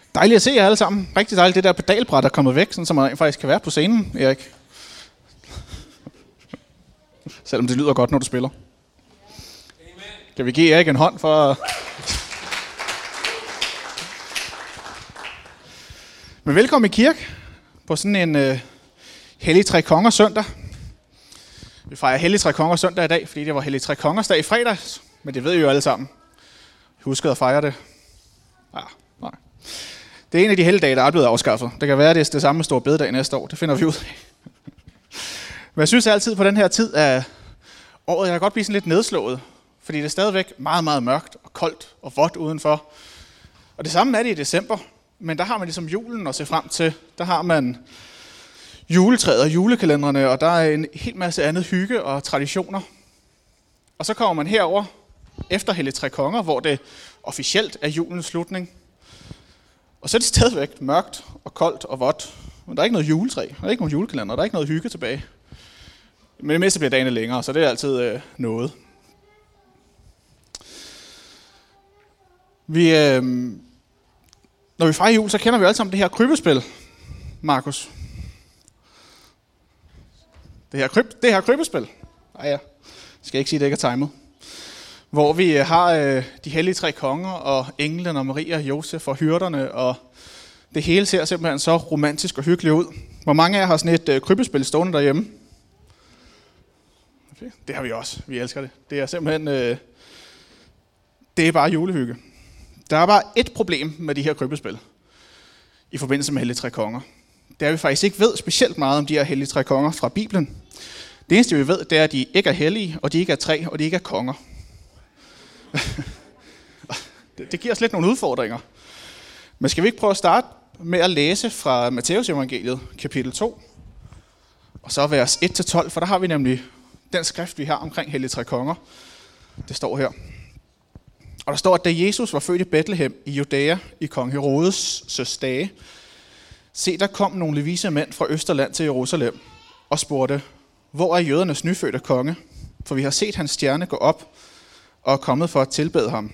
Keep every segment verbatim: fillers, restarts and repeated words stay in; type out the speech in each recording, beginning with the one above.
Dejligt at se jer alle sammen. Rigtig dejligt, det der pedalbræt er kommet væk, sådan, så man faktisk kan være på scenen, Erik. Selvom det lyder godt, når du spiller. Amen. Kan vi give Erik en hånd for... Men velkommen i kirke på sådan en uh, hellig tre konger søndag. Vi fejrer hellig tre konger søndag i dag, fordi det var hellig tre kongers dag i fredags. Men det ved I jo alle sammen. Husk at fejre det. Ah, nej. Det er en af de helligdage, der er blevet afskaffet. Det kan være, det er det samme med store bededag næste år. Det finder vi ud af. Men jeg synes altid på den her tid af året, jeg kan godt blive sådan lidt nedslået. Fordi det er stadigvæk meget, meget mørkt og koldt og vådt udenfor. Og det samme er det i december. Men der har man ligesom julen at se frem til. Der har man juletræet og julekalenderne, og der er en hel masse andet hygge og traditioner. Og så kommer man herover efter hellig tre konger, hvor det officielt er julens slutning. Og så er det stadigvæk mørkt og koldt og vådt. Men der er ikke noget juletræ, der er ikke nogen julekalender, der er ikke noget hygge tilbage. Men det meste bliver dagene længere, så det er altid øh, noget. Vi, øh, når vi fejrer jul, så kender vi alle sammen det her krybespil, Markus. Det her, kryb, det her krybespil. Ej ja, skal jeg ikke sige, at det ikke er timet. Hvor vi har øh, de hellige tre konger, og englen og Maria, Josef og hyrderne, og det hele ser simpelthen så romantisk og hyggeligt ud. Hvor mange af jer har sådan et øh, krybespil stående derhjemme? Okay. Det har vi også. Vi elsker det. Det er simpelthen, øh, det er bare julehygge. Der er bare et problem med de her krybespil i forbindelse med hellige tre konger. Det er, at vi faktisk ikke ved specielt meget om de her hellige tre konger fra Bibelen. Det eneste, vi ved, det er, at de ikke er hellige, og de ikke er tre, og de ikke er konger. det, det giver os lidt nogle udfordringer. Men skal vi ikke prøve at starte med at læse fra Matteus evangeliet, kapitel to, og så vers et til tolv, for der har vi nemlig den skrift, vi har omkring hellige tre konger. Det står her. Og der står, at da Jesus var født i Bethlehem i Judæa i kong Herodes søs dage, se, der kom nogle vise mænd fra Østerland til Jerusalem og spurgte, hvor er jødernes nyfødte konge? For vi har set hans stjerne gå op og er kommet for at tilbede ham.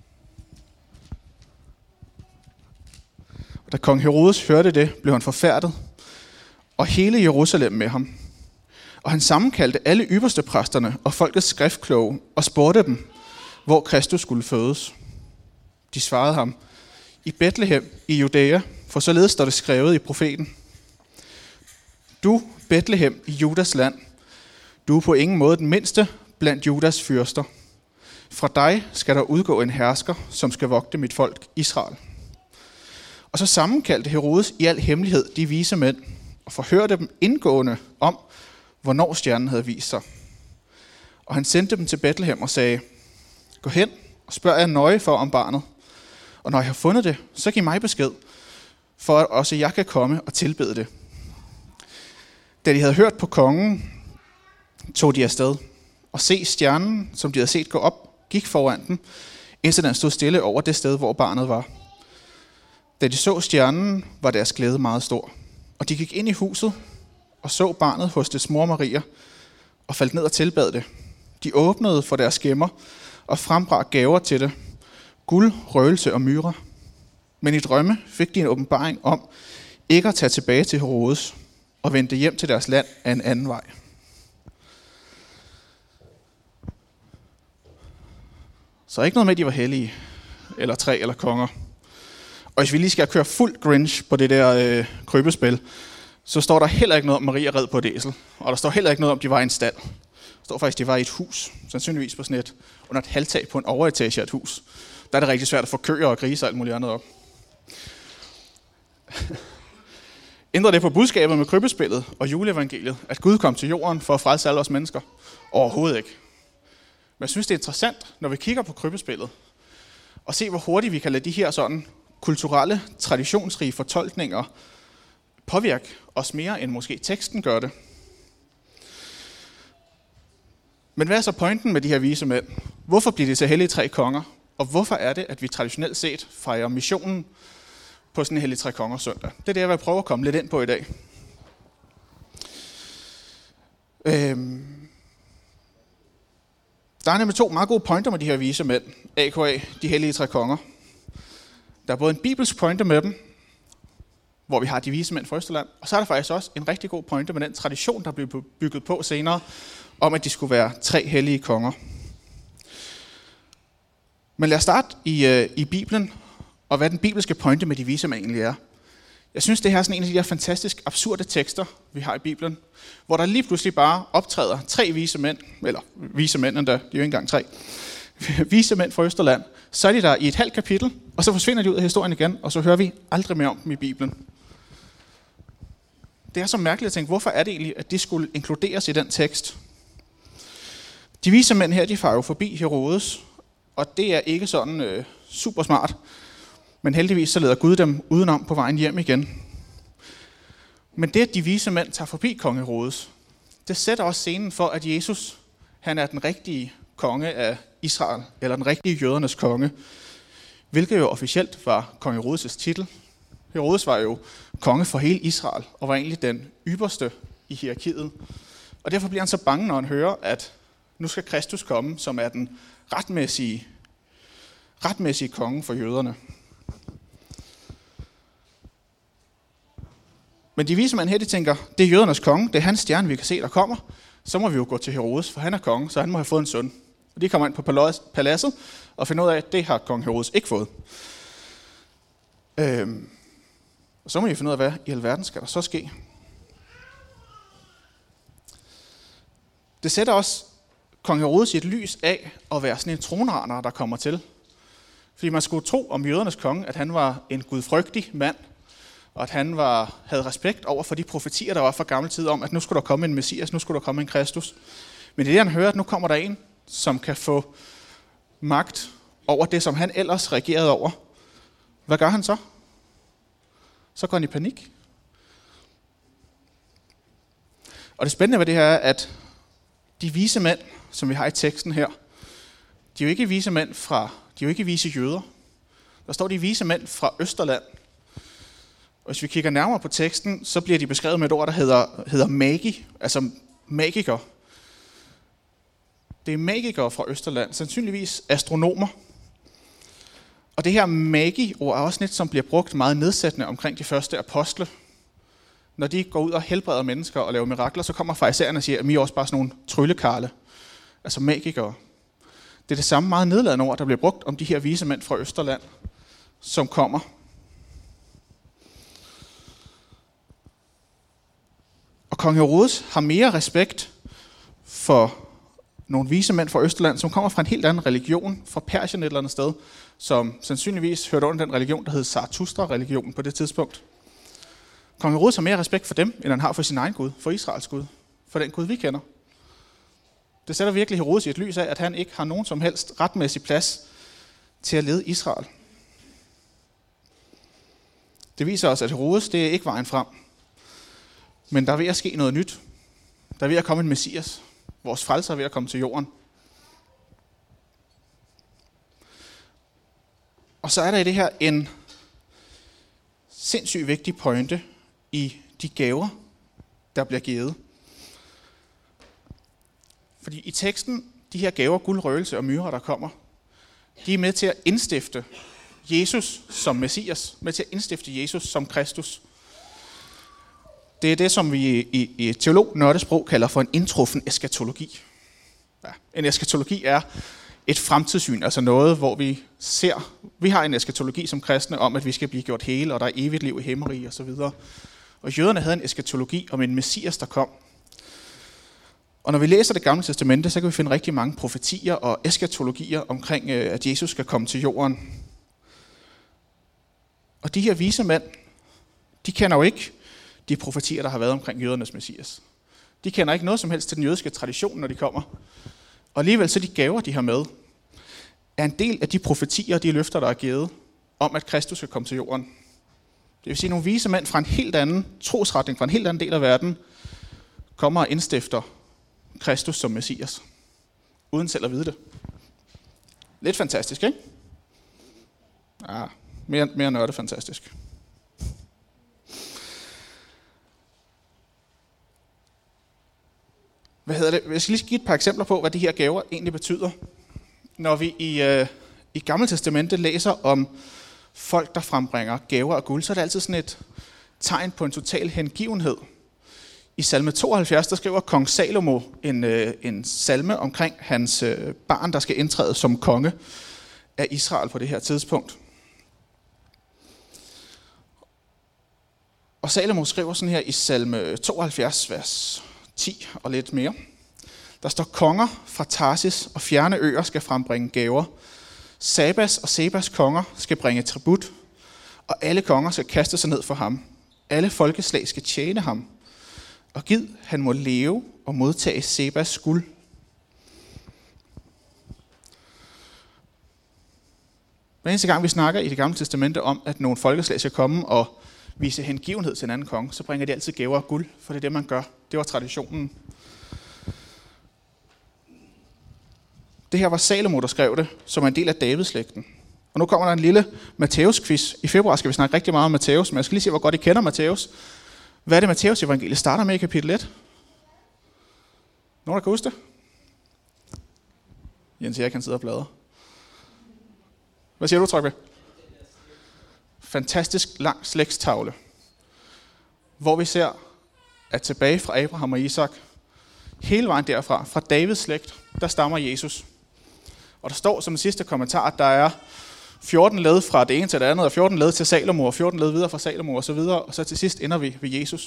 Og da kong Herodes hørte det, blev han forfærdet, og hele Jerusalem med ham. Og han sammenkaldte alle ypperste præsterne og folkets skriftkloge og spurgte dem, hvor Kristus skulle fødes. De svarede ham, i Bethlehem i Judæa, for således står det skrevet i profeten. Du, Bethlehem i Judas land, du er på ingen måde den mindste blandt Judas fyrster. Fra dig skal der udgå en hersker, som skal vogte mit folk Israel. Og så sammenkaldte Herodes i al hemmelighed de vise mænd, og forhørte dem indgående om, hvornår stjernen havde vist sig. Og han sendte dem til Bethlehem og sagde, gå hen og spørg jer nøje for om barnet. Og når jeg har fundet det, så giv mig besked, for at også jeg kan komme og tilbede det. Da de havde hørt på kongen, tog de afsted, og se stjernen, som de havde set gå op, gik foran dem, indtil den stod stille over det sted, hvor barnet var. Da de så stjernen, var deres glæde meget stor. Og de gik ind i huset og så barnet hos dets mor Maria, og faldt ned og tilbad det. De åbnede for deres gemmer og frembragte gaver til det, guld, røgelse og myre. Men i drømme fik de en åbenbaring om ikke at tage tilbage til Herodes og vendte hjem til deres land af en anden vej. Så ikke noget med, at de var hellige, eller tre, eller konger. Og hvis vi lige skal køre fuld Grinch på det der øh, krybespil, så står der heller ikke noget om Maria red på et æsel. Og der står heller ikke noget om, at de var i en stald. Der står faktisk, at de var i et hus, sandsynligvis på sådan et, under et halvtag på en overetage af et hus. Der er det rigtig svært at få køer og grise og alt muligt andet op. Ændrer det på budskabet med krybespillet og juleevangeliet, at Gud kom til jorden for at frelse alle os mennesker? Overhovedet ikke. Men jeg synes, det er interessant, når vi kigger på krybespillet, og se, hvor hurtigt vi kan lade de her sådan kulturelle, traditionsrige fortolkninger påvirke os mere, end måske teksten gør det. Men hvad er så pointen med de her vise mænd? Hvorfor bliver det til hellige tre konger? Og hvorfor er det, at vi traditionelt set fejrer missionen på sådan en hellige tre konger søndag? Det er det, jeg vil prøve at komme lidt ind på i dag. Øhm Der er nemlig to meget gode pointer med de her vise mænd, A K A, de hellige tre konger. Der er både en bibelsk pointe med dem, hvor vi har de vise mænd fra Østerland, og så er der faktisk også en rigtig god pointe med den tradition, der blev bygget på senere, om at de skulle være tre hellige konger. Men lad os starte i, øh, i Bibelen, og hvad den bibelske pointe med de vise mænd egentlig er. Jeg synes, det her er sådan en af de her fantastisk absurde tekster, vi har i Bibelen, hvor der lige pludselig bare optræder tre vise mænd, eller vise mænd endda, de er jo ikke engang tre, vise mænd fra Østerland. Så er de der i et halvt kapitel, og så forsvinder de ud af historien igen, og så hører vi aldrig mere om dem i Bibelen. Det er så mærkeligt at tænke, hvorfor er det egentlig, at de skulle inkluderes i den tekst? De vise mænd her, de farer jo forbi Herodes, og det er ikke sådan øh, super smart. Men heldigvis så leder Gud dem udenom på vejen hjem igen. Men det, at de vise mænd tager forbi kong Herodes, det sætter også scenen for, at Jesus han er den rigtige konge af Israel, eller den rigtige jødernes konge, hvilket jo officielt var kong Herodes' titel. Herodes var jo konge for hele Israel, og var egentlig den ypperste i hierarkiet. Og derfor bliver han så bange, når han hører, at nu skal Kristus komme, som er den retmæssige, retmæssige konge for jøderne. Men de vise mænd her, de tænker, det er jødernes konge, det er hans stjerne, vi kan se, der kommer. Så må vi jo gå til Herodes, for han er konge, så han må have fået en søn. Og de kommer ind på paladset og finder ud af, at det har kong Herodes ikke fået. Øhm, og så må vi finde ud af, hvad i alverden skal der så ske. Det sætter også kong Herodes i et lys af at være sådan en tronraner, der kommer til. Fordi man skulle tro om jødernes konge, at han var en gudfrygtig mand, og at han var, havde respekt over for de profetier, der var fra gammel tid om, at nu skulle der komme en Messias, nu skulle der komme en Kristus. Men det er det, han hører, at nu kommer der en, som kan få magt over det, som han ellers regerede over. Hvad gør han så? Så går han i panik. Og det spændende ved det her er, at de vise mænd, som vi har i teksten her, de er jo ikke vise mænd fra, de er jo ikke vise jøder. Der står de vise mænd fra Østerland. Og hvis vi kigger nærmere på teksten, så bliver de beskrevet med et ord, der hedder, hedder magi, altså magiker. Det er magikere fra Østerland, sandsynligvis astronomer. Og det her magi-ord er også lidt, som bliver brugt meget nedsættende omkring de første apostle. Når de går ud og helbreder mennesker og laver mirakler, så kommer farisæerne og siger, at vi er også bare sådan nogle tryllekarle, altså magikere. Det er det samme meget nedladende ord, der bliver brugt om de her vise mænd fra Østerland, som kommer. Og kong Herodes har mere respekt for nogle vise mænd fra Østerland, som kommer fra en helt anden religion, fra Persien et eller andet sted, som sandsynligvis hørte under den religion, der hed Zarathustra-religionen på det tidspunkt. Kong Herodes har mere respekt for dem, end han har for sin egen Gud, for Israels Gud, for den Gud, vi kender. Det sætter virkelig Herodes i et lys af, at han ikke har nogen som helst retmæssig plads til at lede Israel. Det viser os, at Herodes, det er ikke vejen frem. Men der er ved at ske noget nyt. Der er ved at komme en Messias. Vores frelser er ved at komme til jorden. Og så er der i det her en sindssygt vigtig pointe i de gaver, der bliver givet. Fordi i teksten, de her gaver, guld, røgelse og myrer, der kommer, de er med til at indstifte Jesus som Messias, med til at indstifte Jesus som Kristus. Det er det, som vi i, i teolog-nørdesprog kalder for en indtruffen eskatologi. Ja, en eskatologi er et fremtidssyn, altså noget, hvor vi ser, vi har en eskatologi som kristne om, at vi skal blive gjort hele, og der er evigt liv i himmerige osv. Og jøderne havde en eskatologi om en Messias, der kom. Og når vi læser det gamle testamente, så kan vi finde rigtig mange profetier og eskatologier omkring, at Jesus skal komme til jorden. Og de her vise mænd, de kender jo ikke de profetier, der har været omkring jødernes Messias. De kender ikke noget som helst til den jødiske tradition, når de kommer. Og alligevel så de gaver, de har med, er en del af de profetier og de løfter, der er givet om, at Kristus skal komme til jorden. Det vil sige, at nogle vise mænd fra en helt anden trosretning, fra en helt anden del af verden, kommer og indstifter Kristus som Messias, uden selv at vide det. Lidt fantastisk, ikke? Ja, mere, mere nørdet fantastisk. Hvad hedder det? Jeg skal lige give et par eksempler på, hvad de her gaver egentlig betyder. Når vi i, øh, i Gamle Testamente læser om folk, der frembringer gaver af guld, så er det altid sådan et tegn på en total hengivenhed. I salme tooghalvfjerds, der skriver kong Salomo en, øh, en salme omkring hans øh, barn, der skal indtræde som konge af Israel på det her tidspunkt. Og Salomo skriver sådan her i salme tooghalvfjerds, vers ti og lidt mere. Der står, konger fra Tarsis og fjerne øer skal frembringe gaver. Sabas og Sebas konger skal bringe tribut, og alle konger skal kaste sig ned for ham. Alle folkeslag skal tjene ham, og gid han må leve og modtage Sebas guld. Hver eneste gang vi snakker i Det Gamle Testamente om, at nogle folkeslag skal komme og vise hengivenhed til en anden konge, så bringer de altid gaver af guld, for det er det, man gør. Det var traditionen. Det her var Salomo, der skrev det, som er en del af Davidslægten. Og nu kommer der en lille Matthæus-quiz. I februar skal vi snakke rigtig meget om Matthæus, men jeg skal lige se, hvor godt I kender Matthæus. Hvad er det, Matthæus evangeliet starter med i kapitel et? Nogen, der kan huske det? Jens Erik kan sidde og bladre. Hvad siger du, Trygve? Fantastisk lang slægtstavle, hvor vi ser, at tilbage fra Abraham og Isak, hele vejen derfra, fra Davids slægt, der stammer Jesus. Og der står som sidste kommentar, at der er fjorten led fra det ene til det andet, og fjorten led til Salomo, og fjorten led videre fra Salomo og så videre, og så til sidst ender vi ved Jesus.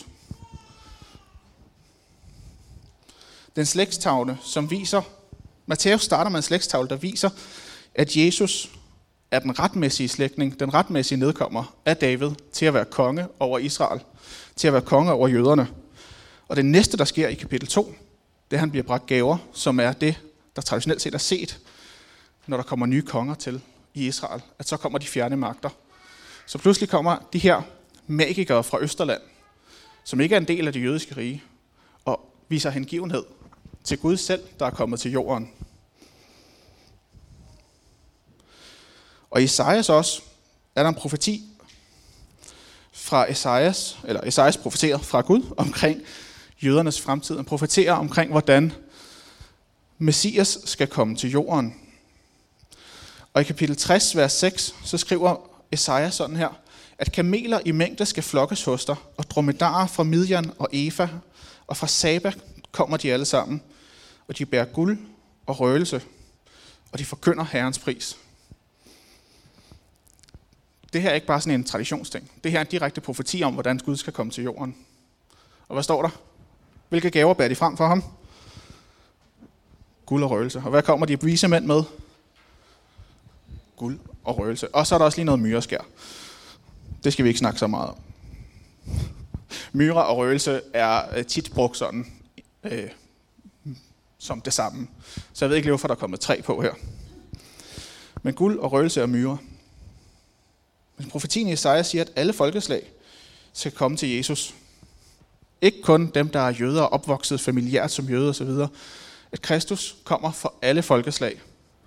Den slægtstavle, som viser, Matthæus starter med en slægtstavle, der viser, at Jesus er den retmæssige slægtning, den retmæssige nedkommer af David til at være konge over Israel, til at være konge over jøderne. Og det næste, der sker i kapitel to, det er, at han bliver bragt gaver, som er det, der traditionelt set er set, når der kommer nye konger til i Israel, at så kommer de fjerne magter. Så pludselig kommer de her magikere fra Østerland, som ikke er en del af det jødiske rige, og viser hengivenhed til Gud selv, der er kommet til jorden. Og i Esajas også er der en profeti fra Esajas, eller Esajas profeterer fra Gud omkring jødernes fremtid. En profeterer omkring, hvordan Messias skal komme til jorden. Og i kapitel tres, vers seks, så skriver Esajas sådan her, at kameler i mængde skal flokkes hos dig, og dromedarer fra Midjan og Efa, og fra Saba kommer de alle sammen, og de bærer guld og røgelse, og de forkynder Herrens pris. Det her er ikke bare sådan en traditionsting. Det her er en direkte profeti om, hvordan Gud skal komme til jorden. Og hvad står der? Hvilke gaver bærer de frem for ham? Guld og røgelse. Og hvad kommer de vise mænd med? Guld og røgelse. Og så er der også lige noget myreskær. Det skal vi ikke snakke så meget om. Myre og røgelse er tit brugt sådan øh, som det samme. Så jeg ved ikke lige, hvorfor der er kommet tre på her. Men guld og røgelse og myre. Men profetien i Esajas siger, at alle folkeslag skal komme til Jesus. Ikke kun dem, der er jøder og opvokset familiært som jøder osv. At Kristus kommer for alle folkeslag.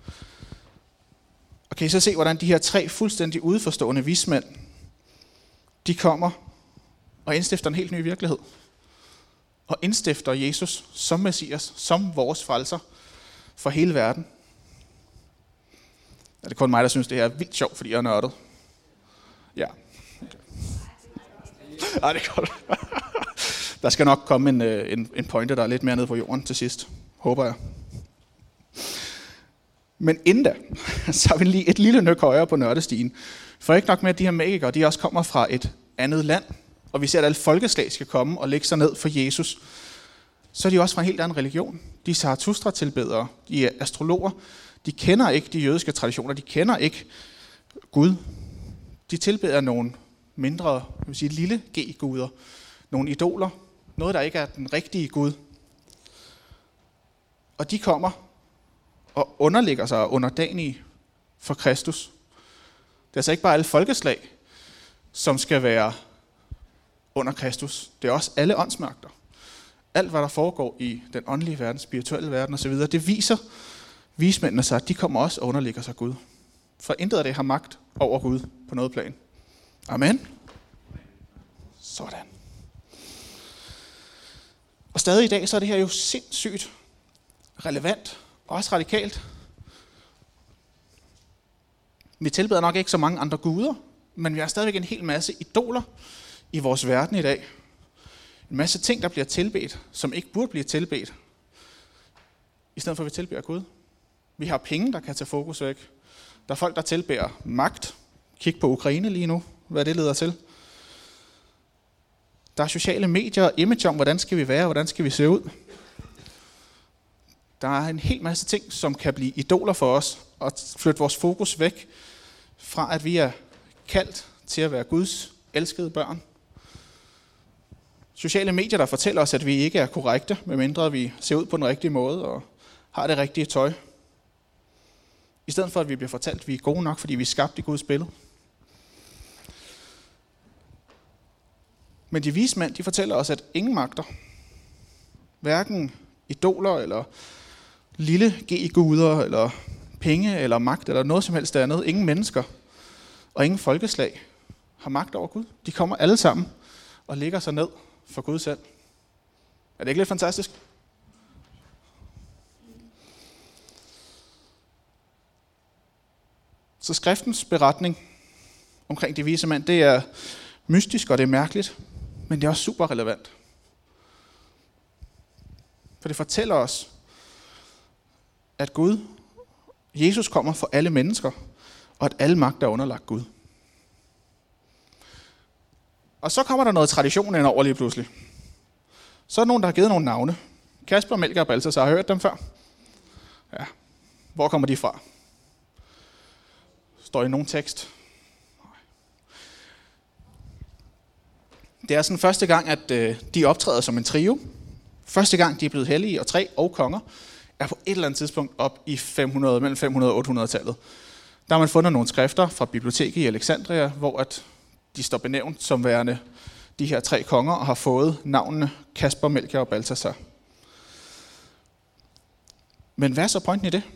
Og kan I så se, hvordan de her tre fuldstændig udeforstående vismænd, de kommer og indstifter en helt ny virkelighed. Og indstifter Jesus som Messias, som vores frelser for hele verden. Er det kun mig, der synes, det her er vildt sjovt, fordi jeg er nørdet? Ja. Okay. Ej, det er godt. Der skal nok komme en, en, en pointe, der er lidt mere nede på jorden til sidst. Håber jeg. Men inden da, så har vi lige et lille nøk højere på nørdestien. For ikke nok med, at de her magikere, de også kommer fra et andet land, og vi ser, at alle folkeslag skal komme og lægge sig ned for Jesus, så er de også fra en helt anden religion. De er Zarathustra-tilbedere, de er astrologer, de kender ikke de jødiske traditioner, de kender ikke Gud. De tilbeder nogle mindre, jeg vil sige, lille g-guder, nogle idoler, noget, der ikke er den rigtige Gud. Og de kommer og underlægger sig underdanige for Kristus. Det er altså ikke bare alle folkeslag, som skal være under Kristus. Det er også alle åndsmagter. Alt, hvad der foregår i den åndelige verden, spirituelle verden osv., det viser vismændene sig, at de kommer også og underlægger sig Gud. For intet af det har magt over Gud på noget plan. Amen. Sådan. Og stadig i dag, så er det her jo sindssygt relevant og også radikalt. Vi tilbeder nok ikke så mange andre guder Men vi har stadigvæk en hel masse idoler i vores verden i dag. En masse ting, der bliver tilbedt, som ikke burde blive tilbedt. I stedet for, at vi tilbeder Gud. Vi har penge, der kan tage fokus væk. Der er folk, der tilbeder magt. Kig på Ukraine lige nu, hvad det leder til. Der er sociale medier og image om, hvordan skal vi være, hvordan skal vi se ud. Der er en hel masse ting, som kan blive idoler for os, og flytte vores fokus væk fra, at vi er kaldt til at være Guds elskede børn. Sociale medier, der fortæller os, at vi ikke er korrekte, medmindre vi ser ud på den rigtige måde og har det rigtige tøj. I stedet for, at vi bliver fortalt, at vi er gode nok, fordi vi er skabt i Guds billede. Men de vise mænd, de fortæller os, at ingen magter, hverken idoler eller lille g-guder, eller penge eller magt, eller noget som helst andet, ingen mennesker og ingen folkeslag har magt over Gud. De kommer alle sammen og lægger sig ned for Gud selv. Er det ikke lidt fantastisk? Så skriftens beretning omkring de vise mænd, det er mystisk og det er mærkeligt, men det er også super relevant. For det fortæller os, at Gud, Jesus kommer for alle mennesker, og at alle magter er underlagt Gud. Og så kommer der noget tradition ind over lige pludselig. Så er der nogen, der har givet nogle navne. Kasper, Melchior og Balthasar, har I hørt dem før? Ja. Hvor kommer de fra? Står i nogen tekst? Det er sådan første gang, at øh, de optræder som en trio. Første gang, de er blevet hellige og tre og konger, er på et eller andet tidspunkt op i fem hundrede, mellem fem hundrede og otte hundrede-tallet. Der har man fundet nogle skrifter fra biblioteket i Alexandria, hvor at de står benævnt som værende de her tre konger og har fået navnene Kasper, Melchior og Balthasar. Men hvad er så pointen i det?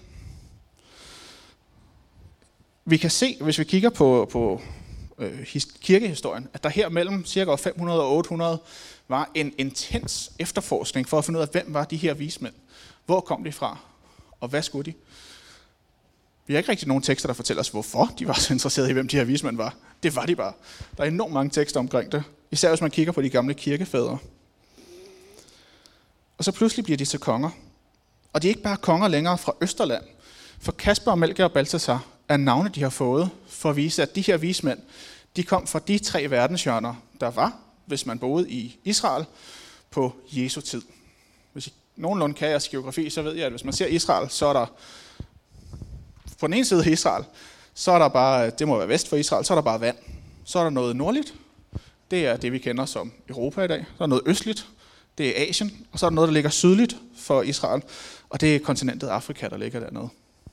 Vi kan se, hvis vi kigger på, på øh, kirkehistorien, at der her mellem cirka fem hundrede og otte hundrede var en intens efterforskning for at finde ud af, hvem var de her vismænd. Hvor kom de fra, og hvad skulle de? Vi har ikke rigtig nogen tekster, der fortæller os, hvorfor de var så interesserede i, hvem de her vismænd var. Det var de bare. Der er enormt mange tekster omkring det. Især hvis man kigger på de gamle kirkefædre. Og så pludselig bliver de til konger. Og de er ikke bare konger længere fra Østerland. For Kasper, Melchior og Balthasar er navne, de har fået, for at vise, at de her vismænd, de kom fra de tre verdenshjørner, der var, hvis man boede i Israel, på Jesu tid. Hvis I nogenlunde kan jeres geografi, så ved jeg, at hvis man ser Israel, så er der på den ene side af Israel, så er der bare, det må være vest for Israel, så er der bare vand. Så er der noget nordligt, det er det, vi kender som Europa i dag. Så er der noget østligt, det er Asien, og så er der noget, der ligger sydligt for Israel, og det er kontinentet Afrika, der ligger dernede.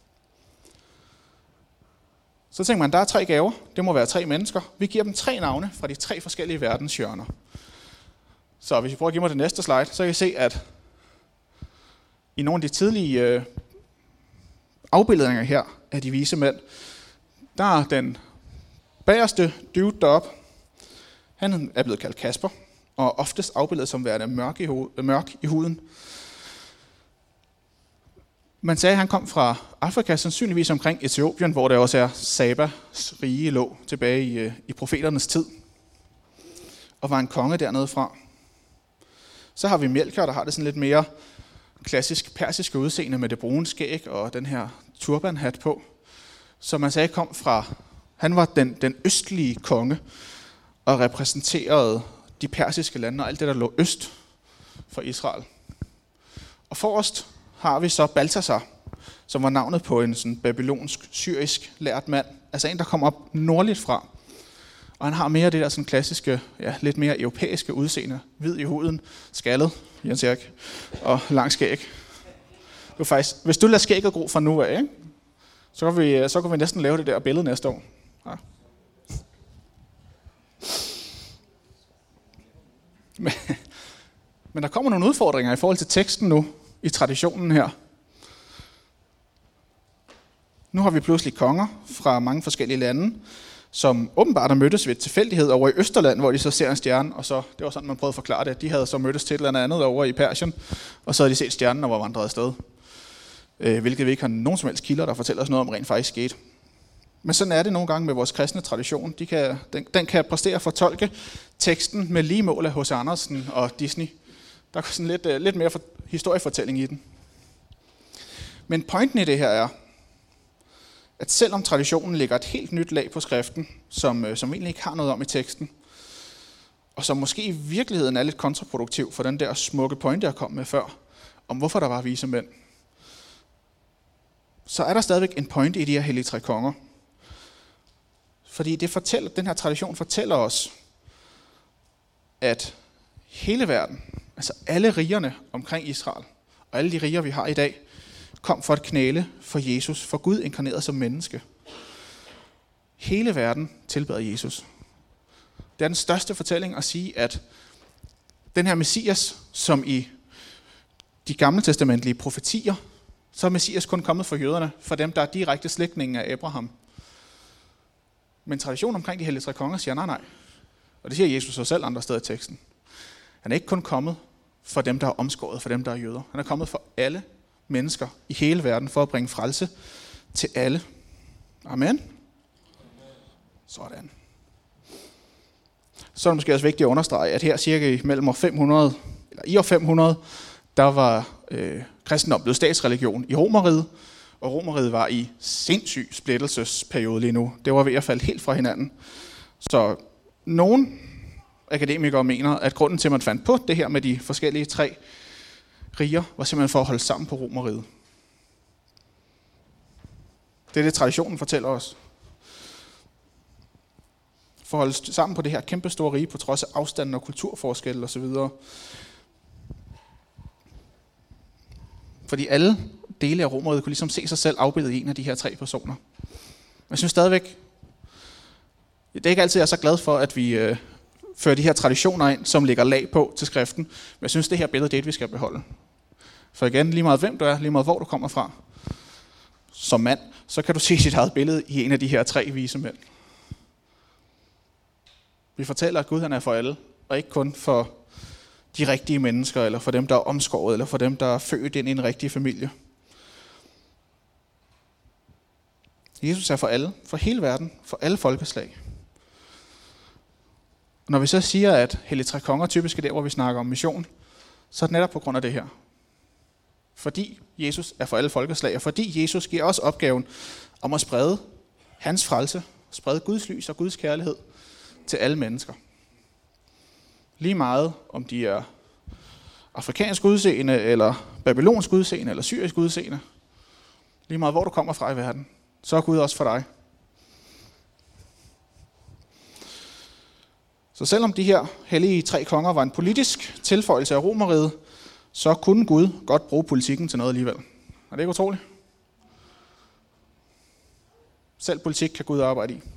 Så tænker man, der er tre gaver, det må være tre mennesker. Vi giver dem tre navne fra de tre forskellige verdenshjørner. Så hvis I prøver at give mig det næste slide, så kan I se, at i nogle af de tidlige øh, afbildninger her af de vise mænd, der er den bagerste dude deroppe, han er blevet kaldt Kasper, og oftest afbildet som værende mørk i, ho- mørk i huden. Man sagde, at han kom fra Afrika, sandsynligvis omkring Etiopien, hvor der også er Sabas rige lå tilbage i, i profeternes tid, og var en konge dernede fra. Så har vi Melchior, der har det sådan lidt mere klassisk persiske udseende med det brune skæg og den her turbanhat på. Så man sagde, kom fra, han var den, den østlige konge og repræsenterede de persiske lande og alt det, der lå øst for Israel. Og forrest har vi så Balthasar, som var navnet på en sådan babylonsk, syrisk lært mand. Altså en, der kom op nordligt fra. Og han har mere af det der sådan klassiske, ja, lidt mere europæiske udseende. Hvid i huden, skaldet, Jens Erik, og lang skæg. Det var faktisk, hvis du lader skægget gro fra nu af, ikke? Så, kan vi, så kan vi næsten lave det der billede næste år. Ja. Men, men der kommer nogle udfordringer i forhold til teksten nu, i traditionen her. Nu har vi pludselig konger fra mange forskellige lande, som åbenbart har mødtes ved tilfældighed over i Østerland, hvor de så ser en stjerne, og så, det var sådan, man prøvede at forklare det, at de havde så mødtes til et eller andet over i Persien, og så havde de set stjernen og var vandret afsted. Øh, hvilket vi ikke har nogen som helst kilder, der fortæller os noget om rent faktisk skete. Men sådan er det nogle gange med vores kristne tradition. De kan, den, den kan præstere at fortolke teksten med lige mål af H C Andersen og Disney. Der er sådan lidt, lidt mere for, historiefortælling i den. Men pointen i det her er, at selvom traditionen lægger et helt nyt lag på skriften, som, som egentlig ikke har noget om i teksten, og som måske i virkeligheden er lidt kontraproduktiv for den der smukke pointe, jeg kom med før, om hvorfor der var vise mænd, så er der stadigvæk en pointe i de her hellige tre konger. Fordi det fortæller, den her tradition fortæller os, at hele verden, altså alle rigerne omkring Israel, og alle de riger, vi har i dag, kom for at knæle for Jesus, for Gud inkarneret som menneske. Hele verden tilbeder Jesus. Det er den største fortælling at sige, at den her Messias, som i de gammeltestamentlige profetier, så er Messias kun kommet for jøderne, for dem, der er direkte slægtninge af Abraham. Men traditionen omkring de hellige tre konger siger nej, nej. Og det siger Jesus også selv andre steder i teksten. Han er ikke kun kommet for dem, der er omskåret, for dem, der er jøder. Han er kommet for alle mennesker i hele verden, for at bringe frelse til alle. Amen. Sådan. Så er det måske også vigtigt at understrege, at her cirka mellem år fem hundrede, eller i år fem hundrede, der var øh, kristendom blevet statsreligion i Romerriget, og Romerriget var i sindssyg splittelsesperiode lige nu. Det var ved at falde helt fra hinanden. Så nogle akademikere mener, at grunden til, at man fandt på det her med de forskellige tre riger, var simpelthen for at holde sammen på Romerriget. Det er det, traditionen fortæller os. For at holde sammen på det her kæmpe store rige, på trods af afstanden og kulturforskelle osv. Fordi alle dele af Romerriget kunne ligesom se sig selv afbildet i en af de her tre personer. Jeg synes stadigvæk, det er ikke altid, jeg er så glad for, at vi øh, fører de her traditioner ind, som ligger lag på til skriften. Men jeg synes, det her billede, det er et, vi skal beholde. For igen, lige meget hvem du er, lige meget hvor du kommer fra, som mand, så kan du se sit eget billede i en af de her tre vise mænd. Vi fortæller, at Gud han er for alle, og ikke kun for de rigtige mennesker, eller for dem, der er omskåret, eller for dem, der er født ind i en rigtig familie. Jesus er for alle, for hele verden, for alle folkeslag. Og når vi så siger, at hellige tre konger typisk er der, hvor vi snakker om mission, så er det netop på grund af det her. Fordi Jesus er for alle folkeslag, og fordi Jesus giver os opgaven om at sprede hans frelse, sprede Guds lys og Guds kærlighed til alle mennesker. Lige meget om de er afrikansk udseende, eller babylonsk udseende, eller syrisk udseende. Lige meget hvor du kommer fra i verden, så er Gud også for dig. Så selvom de her hellige tre konger var en politisk tilføjelse af Romerriget, så kunne Gud godt bruge politikken til noget alligevel. Er det ikke utroligt? Selv politik kan Gud arbejde i.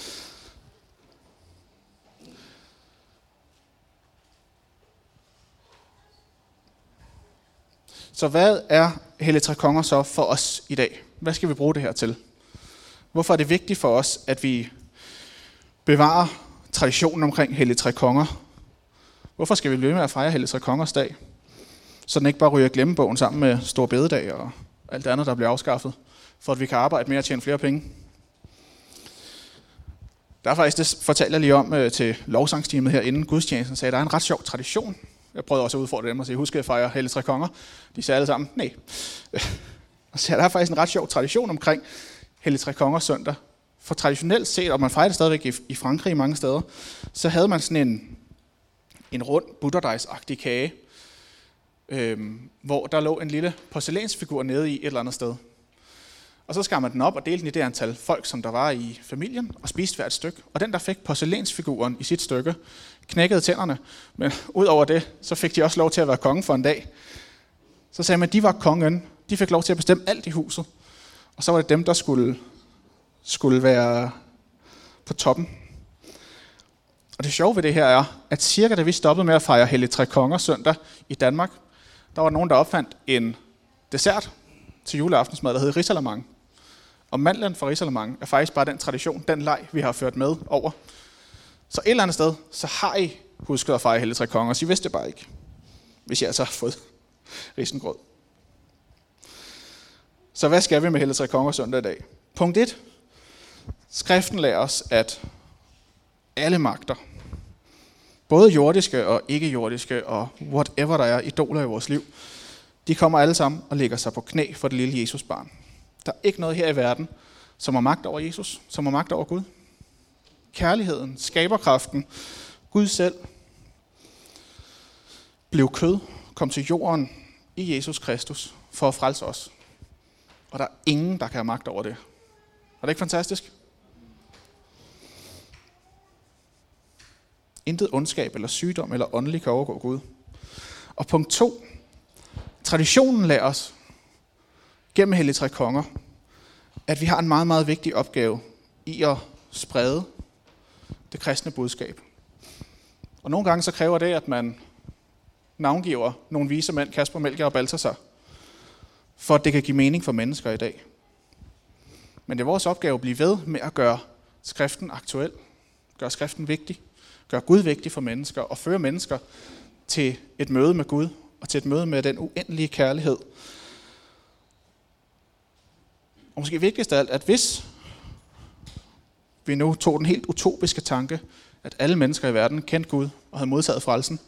Så hvad er hellige tre konger så for os i dag? Hvad skal vi bruge det her til? Hvorfor er det vigtigt for os, at vi bevarer traditionen omkring hellige tre konger? Hvorfor skal vi blive med at fejre hellige tre kongers dag? Så den ikke bare ryger i glemmebogen sammen med Store Bededag og alt det andet, der bliver afskaffet, for at vi kan arbejde mere og tjene flere penge. Der er faktisk, det fortalte jeg lige om øh, til lovsangstimet her inden gudstjenesten, sagde, at der er en ret sjov tradition. Jeg prøvede også at udfordre dem og sige, husk at fejre hellige tre konger. De sagde alle sammen, nej. Og så er der faktisk en ret sjov tradition omkring hellige tre kongers søndag. For traditionelt set, og man fejrer det stadigvæk i, i Frankrig mange steder, så havde man sådan en, en rund butterdejsagtig kage, øhm, hvor der lå en lille porcelænsfigur nede i et eller andet sted. Og så skar man den op og delte den i det antal folk, som der var i familien, og spiste hvert stykke. Og den, der fik porcelænsfiguren i sit stykke, knækkede tænderne. Men ud over det, så fik de også lov til at være konge for en dag. Så sagde man, at de var kongen. De fik lov til at bestemme alt i huset. Og så var det dem, der skulle, skulle være på toppen. Og det sjove ved det her er, at cirka da vi stoppede med at fejre hellige tre konger søndag i Danmark, der var nogen, der opfandt en dessert til juleaftensmad, der hed risalamande. Og mandlen for risalamande er faktisk bare den tradition, den leg, vi har ført med over. Så et eller andet sted, så har I husket at fejre hellige tre konger, så I vidste det bare ikke, hvis I altså har fået risengrød. Så hvad skal vi med hellige tre konger søndag i dag? Punkt et. Skriften lærer os, at alle magter, både jordiske og ikke-jordiske og whatever der er idoler i vores liv, de kommer alle sammen og lægger sig på knæ for det lille Jesusbarn. Der er ikke noget her i verden, som har magt over Jesus, som har magt over Gud. Kærligheden, skaberkraften, Gud selv, blev kød, kom til jorden i Jesus Kristus for at frelse os. Og der er ingen, der kan have magt over det. Er det ikke fantastisk? Intet ondskab eller sygdom eller åndelig kan overgå Gud. Og punkt to. Traditionen lærer os gennem Hellige Tre Konger, at vi har en meget, meget vigtig opgave i at sprede det kristne budskab. Og nogle gange så kræver det, at man navngiver nogle vise mænd, Kasper, Melchior og Balthasar, for at det kan give mening for mennesker i dag. Men det er vores opgave at blive ved med at gøre skriften aktuel, gøre skriften vigtig, gøre Gud vigtig for mennesker og føre mennesker til et møde med Gud og til et møde med den uendelige kærlighed. Og måske vigtigst af alt, at hvis vi nu tog den helt utopiske tanke, at alle mennesker i verden kendte Gud og havde modtaget frelsen,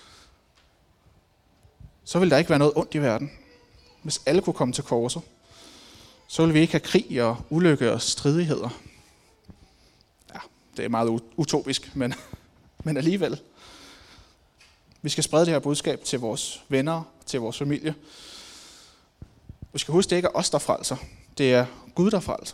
så ville der ikke være noget ondt i verden. Hvis alle kunne komme til korset, så ville vi ikke have krig og ulykke og stridigheder. Ja, det er meget utopisk, men, men alligevel. Vi skal sprede det her budskab til vores venner, til vores familie. Vi skal huske, det ikke er os, der frelser. Det er Gud, der frelser.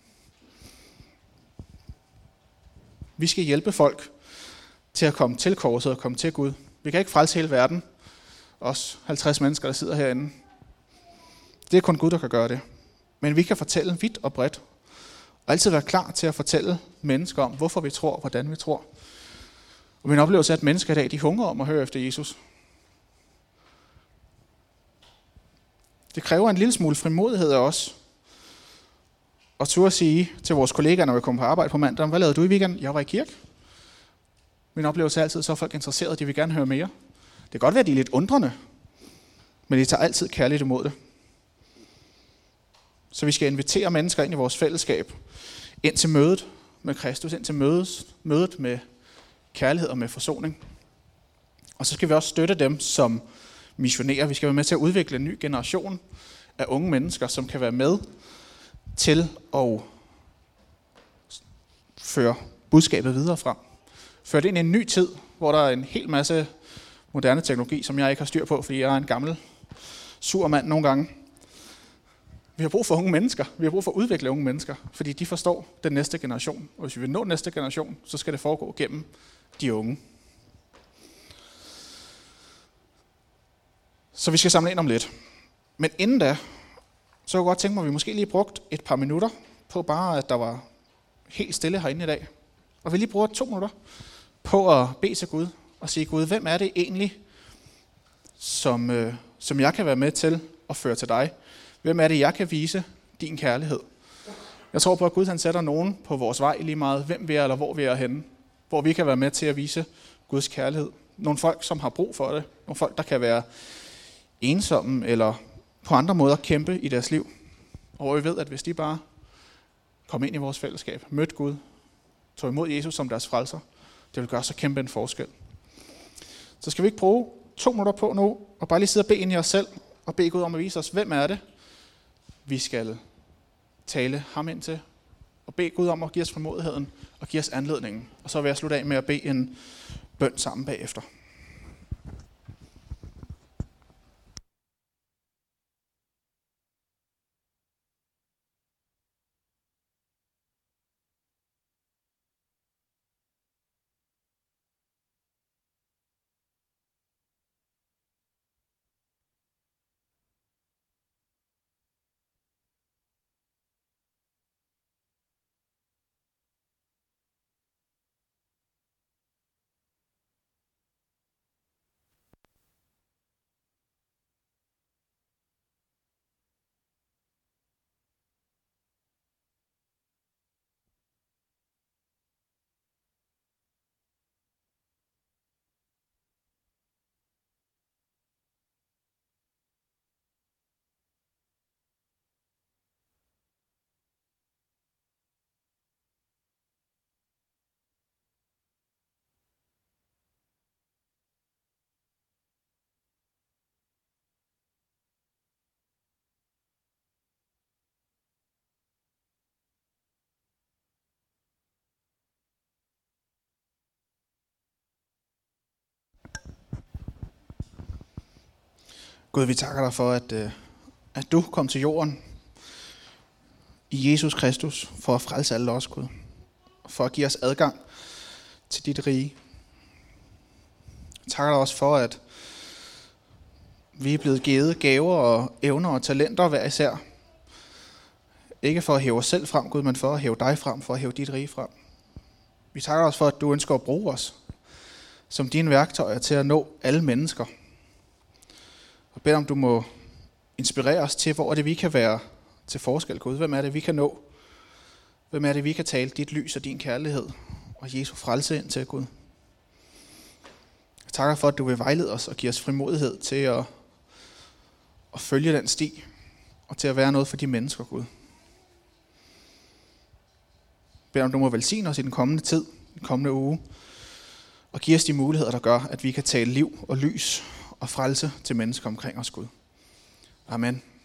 Vi skal hjælpe folk til at komme til korset og komme til Gud. Vi kan ikke frelse hele verden. Os halvtreds mennesker, der sidder herinde. Det er kun Gud, der kan gøre det. Men vi kan fortælle vidt og bredt. Og altid være klar til at fortælle mennesker om, hvorfor vi tror og hvordan vi tror. Og min oplevelse er, at mennesker i dag, de hungrer om at høre efter Jesus. Det kræver en lille smule frimodighed af os. Og turde sige til vores kollegaer, når vi kommer på arbejde på mandag, hvad lavede du i weekenden? Jeg var i kirke. Min oplevelse er altid, så er folk interesserede, de vil gerne høre mere. Det kan godt være, at de er lidt undrende, men de tager altid kærligt imod det. Så vi skal invitere mennesker ind i vores fællesskab, ind til mødet med Kristus, ind til mødet, mødet med kærlighed og med forsoning. Og så skal vi også støtte dem som missionerer. Vi skal være med til at udvikle en ny generation af unge mennesker, som kan være med til at føre budskabet videre frem. Føre det ind i en ny tid, hvor der er en hel masse moderne teknologi, som jeg ikke har styr på, fordi jeg er en gammel sur mand nogle gange. Vi har brug for unge mennesker. Vi har brug for at udvikle unge mennesker, fordi de forstår den næste generation. Og hvis vi vil nå næste generation, så skal det foregå gennem de unge. Så vi skal samle ind om lidt. Men inden da, så kunne jeg godt tænke mig, at vi måske lige brugt et par minutter på bare, at der var helt stille herinde i dag. Og vi lige bruger to minutter på at bede til Gud og sige, Gud, hvem er det egentlig, som, øh, som jeg kan være med til at føre til dig? Hvem er det, jeg kan vise din kærlighed? Jeg tror på, at Gud han sætter nogen på vores vej lige meget, hvem vi er eller hvor vi er henne. Hvor vi kan være med til at vise Guds kærlighed. Nogle folk, som har brug for det. Nogle folk, der kan være ensomme eller på andre måder kæmpe i deres liv. Og hvor vi ved, at hvis de bare kom ind i vores fællesskab, mødte Gud, tog imod Jesus som deres frelser, det vil gøre så kæmpe en forskel. Så skal vi ikke bruge to minutter på nu, og bare lige sidde og bede ind i os selv, og bede Gud om at vise os, hvem er det, vi skal tale ham ind til, og bede Gud om at give os formodigheden, og give os anledningen. Og så vil jeg slutte af med at bede en bøn sammen bagefter. Gud, vi takker dig for, at, at du kom til jorden i Jesus Kristus for at frelse alle os, Gud. For at give os adgang til dit rige. Jeg takker dig også for, at vi er blevet givet gaver og evner og talenter hver især. Ikke for at hæve os selv frem, Gud, men for at hæve dig frem, for at hæve dit rige frem. Vi takker os for, at du ønsker at bruge os som dine værktøjer til at nå alle mennesker. Og beder om, du må inspirere os til, hvor er det, vi kan være til forskel, Gud. Hvem er det, vi kan nå? Hvem er det, vi kan tale dit lys og din kærlighed og Jesu frelse ind til, Gud? Jeg takker for, at du vil vejlede os og give os frimodighed til at, at følge den sti og til at være noget for de mennesker, Gud. Jeg beder om, du må velsigne os i den kommende tid, den kommende uge, og give os de muligheder, der gør, at vi kan tale liv og lys og frelse til mennesker omkring os, Gud. Amen.